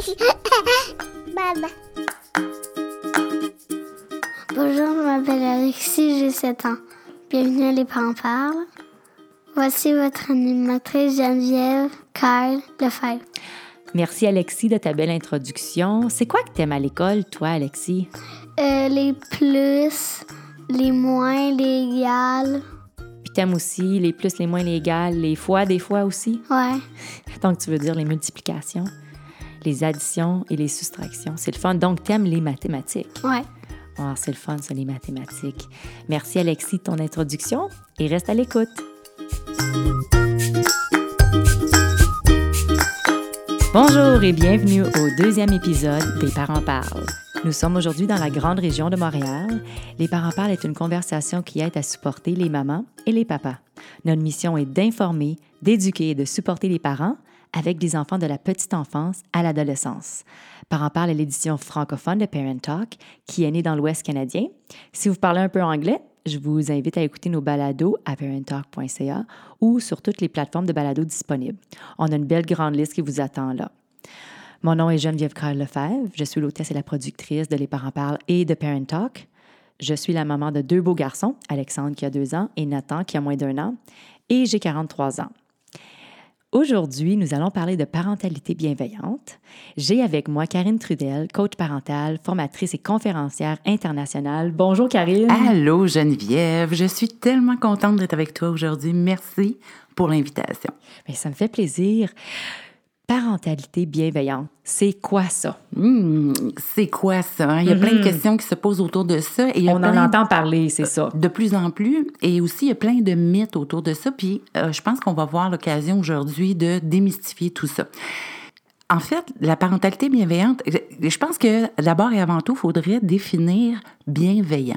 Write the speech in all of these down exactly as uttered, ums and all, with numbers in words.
Baba. Bonjour, je m'appelle Alexis, j'ai sept ans. Bienvenue à Les Parents Parlent. Voici votre animatrice Geneviève Kyle Lefebvre. Merci Alexis de ta belle introduction. C'est quoi que t'aimes à l'école, toi, Alexis? Euh, les plus, les moins, les égales. Puis t'aimes aussi les plus, les moins, les égales, les fois, des fois aussi? Ouais. Donc, tu veux dire les multiplications, les additions et les soustractions. C'est le fun. Donc, t'aimes les mathématiques? Ouais. Oh, c'est le fun, ça, les mathématiques. Merci Alexis de ton introduction et reste à l'écoute. Bonjour et bienvenue au deuxième épisode des Parents Parlent. Nous sommes aujourd'hui dans la grande région de Montréal. Les Parents Parlent est une conversation qui aide à supporter les mamans et les papas. Notre mission est d'informer, d'éduquer et de supporter les parents avec des enfants de la petite enfance à l'adolescence. Parents Parlent est l'édition francophone de Parent Talk qui est née dans l'Ouest canadien. Si vous parlez un peu anglais, je vous invite à écouter nos balados à parent talk point c a ou sur toutes les plateformes de balados disponibles. On a une belle grande liste qui vous attend là. Mon nom est Geneviève Kyle Lefebvre. Je suis l'hôtesse et la productrice de Les Parents Parlent et de Parent Talk. Je suis la maman de deux beaux garçons, Alexandre qui a deux ans et Nathan qui a moins d'un an, et j'ai quarante-trois ans. Aujourd'hui, nous allons parler de parentalité bienveillante. J'ai avec moi Karine Trudel, coach parentale, formatrice et conférencière internationale. Bonjour Karine. Allô Geneviève, je suis tellement contente d'être avec toi aujourd'hui. Merci pour l'invitation. Bien, ça me fait plaisir. Parentalité bienveillante, c'est quoi ça? Mmh, c'est quoi ça? Il y a mm-hmm. plein de questions qui se posent autour de ça. Et il y a On plein en entend parler, c'est ça. De plus en plus. Et aussi, il y a plein de mythes autour de ça. Puis, euh, je pense qu'on va avoir l'occasion aujourd'hui de démystifier tout ça. En fait, la parentalité bienveillante, je pense que d'abord et avant tout, il faudrait définir bienveillant.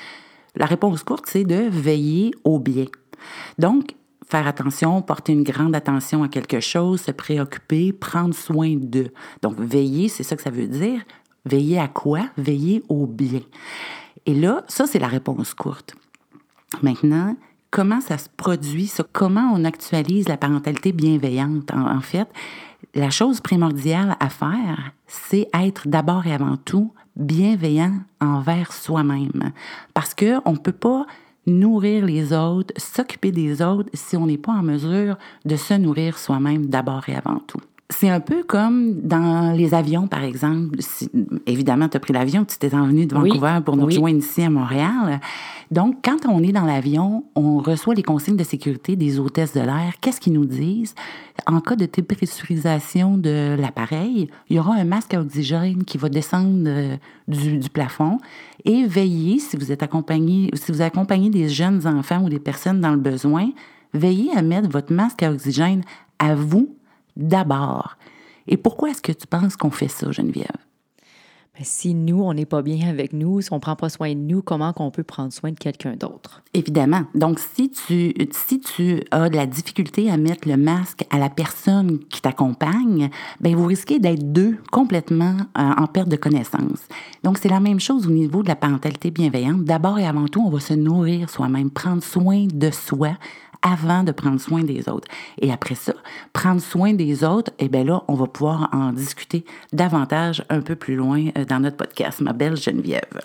La réponse courte, c'est de veiller au bien. Donc, faire attention, porter une grande attention à quelque chose, se préoccuper, prendre soin d'eux. Donc, veiller, c'est ça que ça veut dire. Veiller à quoi? Veiller au bien. Et là, ça, c'est la réponse courte. Maintenant, comment ça se produit, ça? Comment on actualise la parentalité bienveillante? En, en fait, la chose primordiale à faire, c'est être d'abord et avant tout bienveillant envers soi-même. Parce qu'on ne peut pas nourrir les autres, s'occuper des autres si on n'est pas en mesure de se nourrir soi-même d'abord et avant tout. C'est un peu comme dans les avions, par exemple. Si, évidemment, tu as pris l'avion, tu t'es venu de Vancouver oui, pour nous oui. rejoindre ici à Montréal. Donc, quand on est dans l'avion, on reçoit les consignes de sécurité des hôtesses de l'air. Qu'est-ce qu'ils nous disent? En cas de dépressurisation de l'appareil, il y aura un masque à oxygène qui va descendre euh, du, du plafond et veillez, si vous êtes accompagné, si vous accompagnez des jeunes enfants ou des personnes dans le besoin, veillez à mettre votre masque à oxygène à vous d'abord. Et pourquoi est-ce que tu penses qu'on fait ça, Geneviève? Bien, si nous, on n'est pas bien avec nous, si on ne prend pas soin de nous, comment qu'on peut prendre soin de quelqu'un d'autre? Évidemment. Donc, si tu, si tu as de la difficulté à mettre le masque à la personne qui t'accompagne, bien, vous risquez d'être deux complètement euh, en perte de connaissance. Donc, c'est la même chose au niveau de la parentalité bienveillante. D'abord et avant tout, on va se nourrir soi-même, prendre soin de soi avant de prendre soin des autres. Et après ça, prendre soin des autres, eh bien là, on va pouvoir en discuter davantage un peu plus loin dans notre podcast, ma belle Geneviève.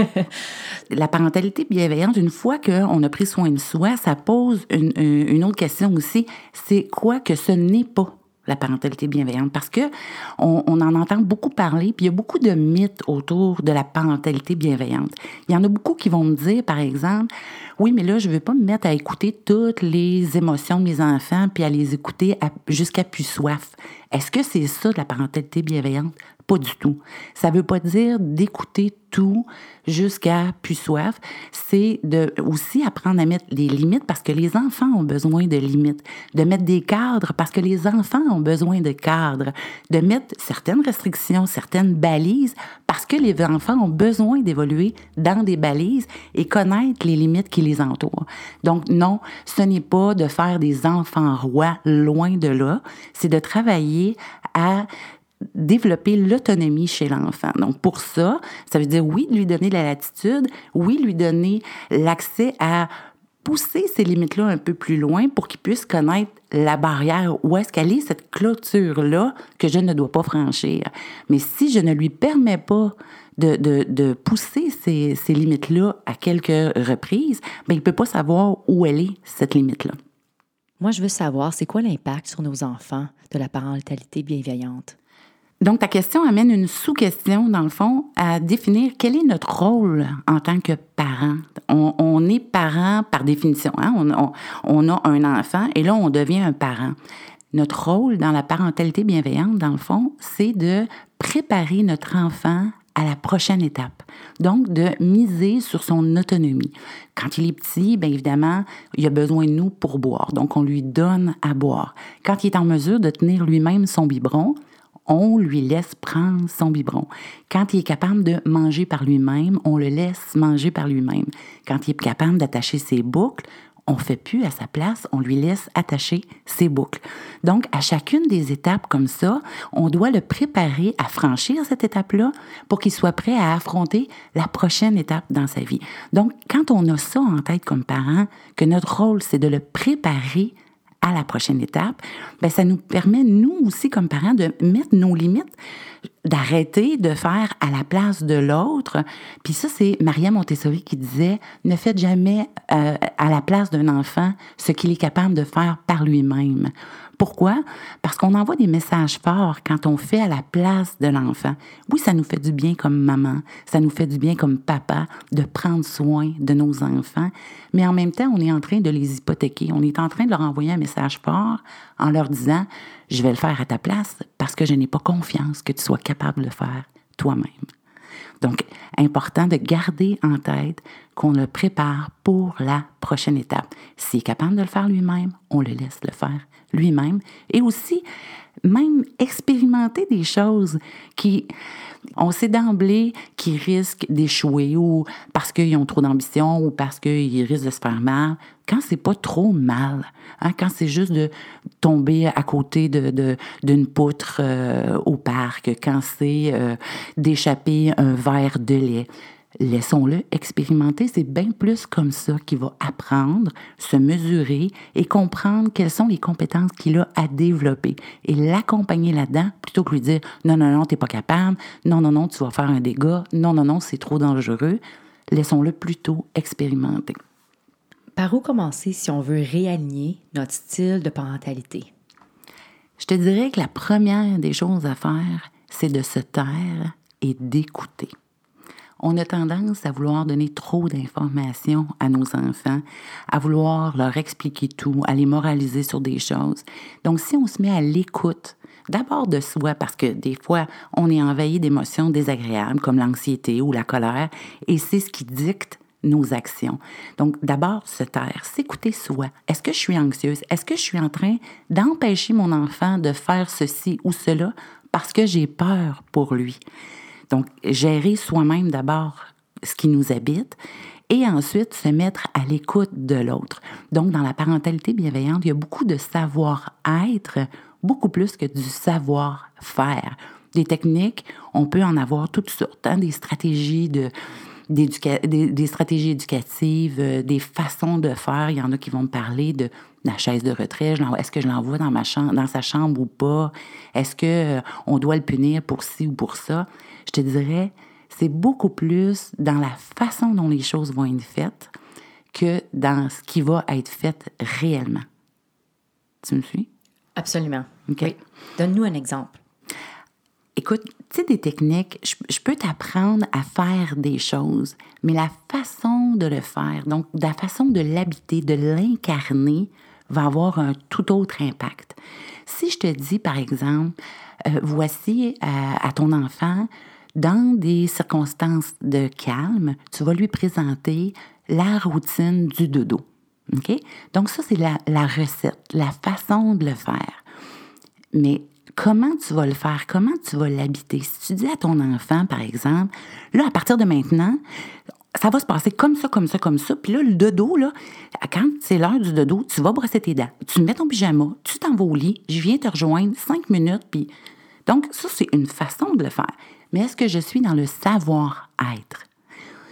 La parentalité bienveillante, une fois qu'on a pris soin de soi, ça pose une, une autre question aussi, c'est quoi que ce n'est pas la parentalité bienveillante? Parce que on, on en entend beaucoup parler, puis il y a beaucoup de mythes autour de la parentalité bienveillante. Il y en a beaucoup qui vont me dire, par exemple, oui, mais là, je ne veux pas me mettre à écouter toutes les émotions de mes enfants puis à les écouter à, jusqu'à plus soif. Est-ce que c'est ça, de la parentalité bienveillante? Pas du tout. Ça ne veut pas dire d'écouter tout jusqu'à plus soif. C'est de aussi apprendre à mettre des limites parce que les enfants ont besoin de limites. De mettre des cadres parce que les enfants ont besoin de cadres. De mettre certaines restrictions, certaines balises parce que les enfants ont besoin d'évoluer dans des balises et connaître les limites qui les entourent. Donc non, ce n'est pas de faire des enfants rois, loin de là. C'est de travailler à développer l'autonomie chez l'enfant. Donc, pour ça, ça veut dire, oui, lui donner la latitude, oui, lui donner l'accès à pousser ces limites-là un peu plus loin pour qu'il puisse connaître la barrière, où est-ce qu'elle est, cette clôture-là que je ne dois pas franchir. Mais si je ne lui permets pas de, de, de pousser ces, ces limites-là à quelques reprises, bien, il ne peut pas savoir où elle est, cette limite-là. Moi, je veux savoir, c'est quoi l'impact sur nos enfants de la parentalité bienveillante? Donc, ta question amène une sous-question, dans le fond, à définir quel est notre rôle en tant que parent. On, on est parent par définition. Hein? On, on, on a un enfant et là, on devient un parent. Notre rôle dans la parentalité bienveillante, dans le fond, c'est de préparer notre enfant à la prochaine étape. Donc, de miser sur son autonomie. Quand il est petit, bien évidemment, il a besoin de nous pour boire. Donc, on lui donne à boire. Quand il est en mesure de tenir lui-même son biberon, on lui laisse prendre son biberon. Quand il est capable de manger par lui-même, on le laisse manger par lui-même. Quand il est capable d'attacher ses boucles, on ne fait plus à sa place, on lui laisse attacher ses boucles. Donc, à chacune des étapes comme ça, on doit le préparer à franchir cette étape-là pour qu'il soit prêt à affronter la prochaine étape dans sa vie. Donc, quand on a ça en tête comme parent, que notre rôle, c'est de le préparer à la prochaine étape, bien, ça nous permet, nous aussi, comme parents, de mettre nos limites, d'arrêter de faire à la place de l'autre. Puis ça, c'est Maria Montessori qui disait « Ne faites jamais euh, à la place d'un enfant ce qu'il est capable de faire par lui-même. » Pourquoi? Parce qu'on envoie des messages forts quand on fait à la place de l'enfant. Oui, ça nous fait du bien comme maman, ça nous fait du bien comme papa de prendre soin de nos enfants, mais en même temps, on est en train de les hypothéquer. On est en train de leur envoyer un message fort en leur disant « Je vais le faire à ta place parce que je n'ai pas confiance que tu sois capable de le faire toi-même. » Donc, important de garder en tête qu'on le prépare pour la prochaine étape. S'il est capable de le faire lui-même, on le laisse le faire lui-même. Et aussi, même expérimenter des choses qui, on sait d'emblée, qui risquent d'échouer ou parce qu'ils ont trop d'ambition ou parce qu'ils risquent de se faire mal. Quand c'est pas trop mal, hein, quand c'est juste de tomber à côté de, de, d'une poutre euh, au parc, quand c'est euh, d'échapper un verre de lait, laissons-le expérimenter. C'est bien plus comme ça qu'il va apprendre, se mesurer et comprendre quelles sont les compétences qu'il a à développer. Et l'accompagner là-dedans, plutôt que lui dire « Non, non, non, t'es pas capable. Non, non, non, tu vas faire un dégât. Non, non, non, c'est trop dangereux. » Laissons-le plutôt expérimenter. Par où commencer si on veut réaligner notre style de parentalité? Je te dirais que la première des choses à faire, c'est de se taire et d'écouter. On a tendance à vouloir donner trop d'informations à nos enfants, à vouloir leur expliquer tout, à les moraliser sur des choses. Donc, si on se met à l'écoute, d'abord de soi, parce que des fois, on est envahi d'émotions désagréables comme l'anxiété ou la colère, et c'est ce qui dicte nos actions. Donc, d'abord, se taire, s'écouter soi. Est-ce que je suis anxieuse? Est-ce que je suis en train d'empêcher mon enfant de faire ceci ou cela parce que j'ai peur pour lui? Donc, gérer soi-même d'abord ce qui nous habite et ensuite se mettre à l'écoute de l'autre. Donc, dans la parentalité bienveillante, il y a beaucoup de savoir-être, beaucoup plus que du savoir-faire. Des techniques, on peut en avoir toutes sortes, hein, des stratégies de... D'éduca- des, des stratégies éducatives, euh, des façons de faire. Il y en a qui vont me parler de la chaise de retrait. Je Est-ce que je l'envoie dans ma chambre, dans sa chambre ou pas? Est-ce que euh, on doit le punir pour ci ou pour ça? Je te dirais, c'est beaucoup plus dans la façon dont les choses vont être faites que dans ce qui va être fait réellement. Tu me suis? Absolument. OK. Oui. Donne-nous un exemple. Écoute, tu sais, des techniques, je, je peux t'apprendre à faire des choses, mais la façon de le faire, donc la façon de l'habiter, de l'incarner, va avoir un tout autre impact. Si je te dis, par exemple, euh, voici euh, à ton enfant, dans des circonstances de calme, tu vas lui présenter la routine du dodo. OK? Donc ça, c'est la, la recette, la façon de le faire. Mais comment tu vas le faire? Comment tu vas l'habiter? Si tu dis à ton enfant, par exemple, là, à partir de maintenant, ça va se passer comme ça, comme ça, comme ça. Puis là, le dodo, là, quand c'est l'heure du dodo, tu vas brosser tes dents. Tu mets ton pyjama, tu t'en vas au lit, je viens te rejoindre cinq minutes. Puis... Donc, ça, c'est une façon de le faire. Mais est-ce que je suis dans le savoir-être?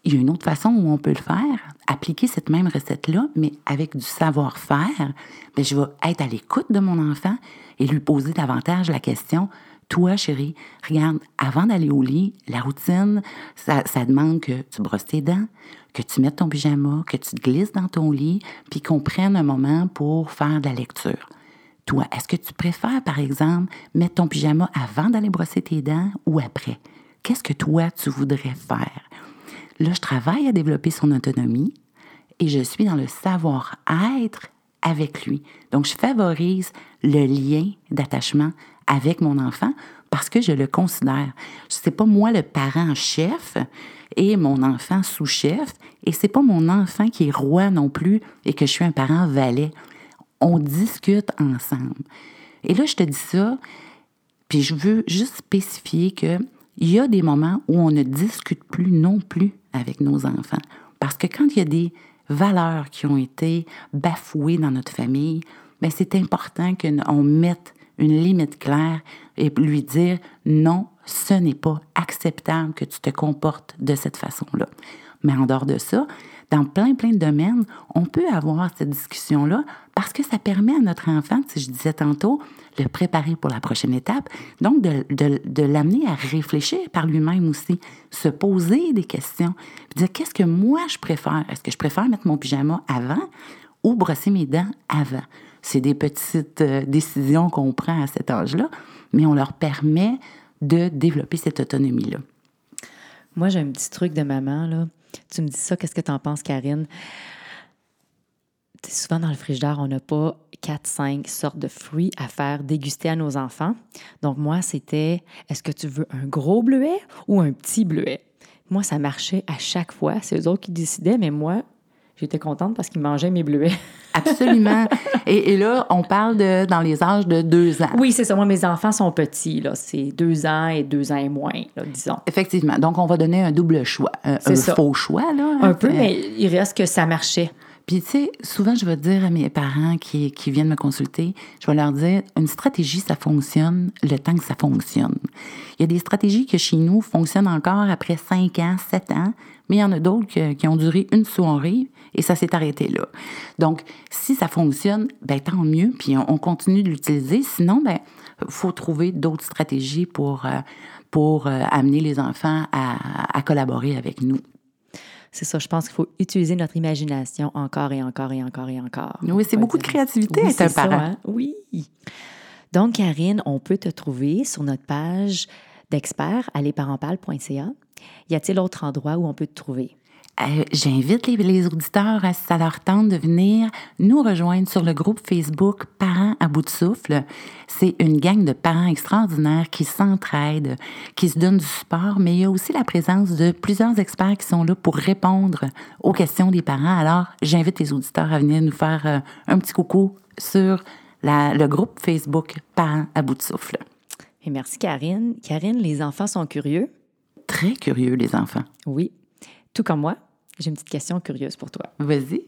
il y a une autre façon où on peut le faire, appliquer cette même recette-là, mais avec du savoir-faire. Bien, je vais être à l'écoute de mon enfant et lui poser davantage la question, toi, chérie, regarde, avant d'aller au lit, la routine, ça, ça demande que tu brosses tes dents, que tu mettes ton pyjama, que tu te glisses dans ton lit, puis qu'on prenne un moment pour faire de la lecture. Toi, est-ce que tu préfères, par exemple, mettre ton pyjama avant d'aller brosser tes dents ou après? Qu'est-ce que toi, tu voudrais faire? Là, je travaille à développer son autonomie et je suis dans le savoir-être avec lui. Donc, je favorise le lien d'attachement avec mon enfant parce que je le considère. C'est pas moi le parent chef et mon enfant sous-chef et c'est pas mon enfant qui est roi non plus et que je suis un parent valet. On discute ensemble. Et là, je te dis ça, puis je veux juste spécifier qu'il y a des moments où on ne discute plus non plus avec nos enfants. Parce que quand il y a des valeurs qui ont été bafouées dans notre famille, bien, c'est important qu'on mette une limite claire et lui dire « Non, ce n'est pas acceptable que tu te comportes de cette façon-là. » Mais en dehors de ça, dans plein, plein de domaines, on peut avoir cette discussion-là parce que ça permet à notre enfant, si je disais tantôt, de le préparer pour la prochaine étape, donc de, de, de l'amener à réfléchir par lui-même aussi, se poser des questions, puis dire qu'est-ce que moi je préfère? Est-ce que je préfère mettre mon pyjama avant ou brosser mes dents avant? C'est des petites euh, décisions qu'on prend à cet âge-là, mais on leur permet de développer cette autonomie-là. Moi, j'ai un petit truc de maman, là. Tu me dis ça, qu'est-ce que tu en penses, Karine? Souvent, dans le frigidaire, on n'a pas quatre, cinq sortes de fruits à faire déguster à nos enfants. Donc, moi, c'était, est-ce que tu veux un gros bleuet ou un petit bleuet? Moi, ça marchait à chaque fois. C'est eux autres qui décidaient, mais moi, j'étais contente parce qu'ils mangeaient mes bleuets. Absolument. Et, et là, on parle de dans les âges de deux ans. Oui, c'est ça. Moi, mes enfants sont petits, là. C'est deux ans et deux ans et moins, là, disons. Effectivement. Donc, on va donner un double choix. Un, un faux choix, là. Un peu, mais il reste que ça marchait. Puis, tu sais, souvent, je vais dire à mes parents qui, qui viennent me consulter, je vais leur dire, une stratégie, ça fonctionne le temps que ça fonctionne. Il y a des stratégies que chez nous fonctionnent encore après cinq ans, sept ans, mais il y en a d'autres qui, qui ont duré une soirée et ça s'est arrêté là. Donc, si ça fonctionne, bien, tant mieux, puis on, on continue de l'utiliser. Sinon, bien, il faut trouver d'autres stratégies pour, euh, pour euh, amener les enfants à, à collaborer avec nous. C'est ça, je pense qu'il faut utiliser notre imagination encore et encore et encore et encore. Oui, c'est beaucoup de créativité oui, être un ça, parent. Hein? Oui. Donc, Karine, on peut te trouver sur notre page d'experts à les parents parlent point c a. Y a-t-il autre endroit où on peut te trouver? Euh, j'invite les, les auditeurs, si ça leur tente, de venir nous rejoindre sur le groupe Facebook Parents à bout de souffle. C'est une gang de parents extraordinaires qui s'entraident, qui se donnent du support, mais il y a aussi la présence de plusieurs experts qui sont là pour répondre aux questions des parents. Alors, j'invite les auditeurs à venir nous faire euh, un petit coucou sur la, le groupe Facebook Parents à bout de souffle. Et merci, Karine. Karine, les enfants sont curieux? Très curieux, les enfants. Oui. Tout comme moi, j'ai une petite question curieuse pour toi. Vas-y.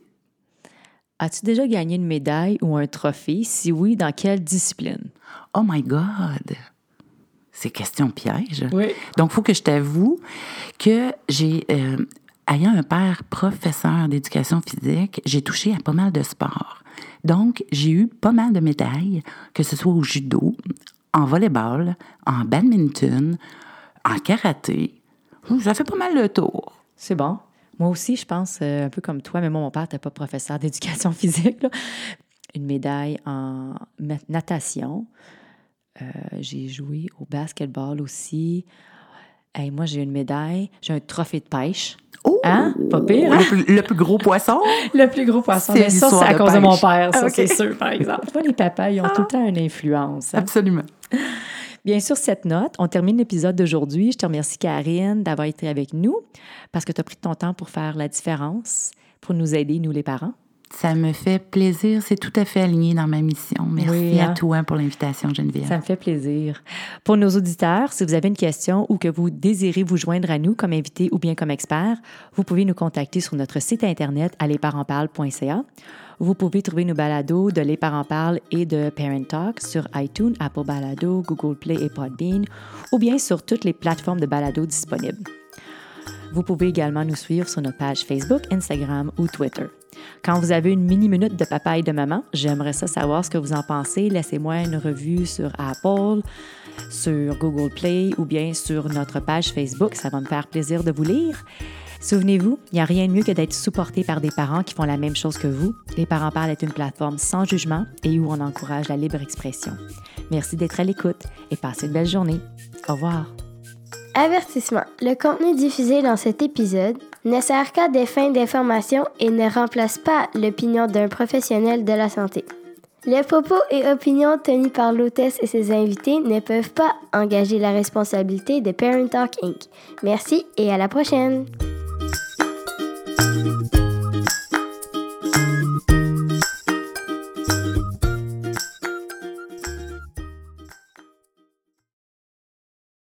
As-tu déjà gagné une médaille ou un trophée? Si oui, dans quelle discipline? Oh my God! C'est question piège. Oui. Donc, il faut que je t'avoue que j'ai, euh, ayant un père professeur d'éducation physique, j'ai touché à pas mal de sports. Donc, j'ai eu pas mal de médailles, que ce soit au judo, en volleyball, en badminton, en karaté. Ça fait pas mal le tour. C'est bon. Moi aussi, je pense, euh, un peu comme toi, mais moi, mon père n'était pas professeur d'éducation physique, là. Une médaille en natation. Euh, j'ai joué au basketball aussi. Hey, moi, j'ai une médaille. J'ai un trophée de pêche. Oh! Hein? Pas pire, hein? Le, plus, le plus gros poisson? Le plus gros poisson. C'est mais ça, c'est à de cause pêche. de mon père, ça, Okay. c'est sûr, par exemple. Moi, les papas, ils ont ah. tout le temps une influence. Hein? Absolument. Bien sûr, cette note, on termine l'épisode d'aujourd'hui. Je te remercie, Karine, d'avoir été avec nous parce que tu as pris ton temps pour faire la différence, pour nous aider, nous les parents. Ça me fait plaisir. C'est tout à fait aligné dans ma mission. Merci oui, hein? à toi pour l'invitation, Geneviève. Ça me fait plaisir. Pour nos auditeurs, si vous avez une question ou que vous désirez vous joindre à nous comme invité ou bien comme expert, vous pouvez nous contacter sur notre site Internet à les parents parlent point c a. Vous pouvez trouver nos balados de Les Parents Parlent et de Parent Talk sur iTunes, Apple Balado, Google Play et Podbean, ou bien sur toutes les plateformes de balados disponibles. Vous pouvez également nous suivre sur notre page Facebook, Instagram ou Twitter. Quand vous avez une mini-minute de papa et de maman, j'aimerais ça savoir ce que vous en pensez. Laissez-moi une revue sur Apple, sur Google Play ou bien sur notre page Facebook. Ça va me faire plaisir de vous lire. Souvenez-vous, il n'y a rien de mieux que d'être supporté par des parents qui font la même chose que vous. Les Parents Parlent est une plateforme sans jugement et où on encourage la libre expression. Merci d'être à l'écoute et passez une belle journée. Au revoir. Avertissement. Le contenu diffusé dans cet épisode ne sert qu'à des fins d'information et ne remplace pas l'opinion d'un professionnel de la santé. Les propos et opinions tenus par l'hôtesse et ses invités ne peuvent pas engager la responsabilité de Parent Talk incorporated. Merci et à la prochaine!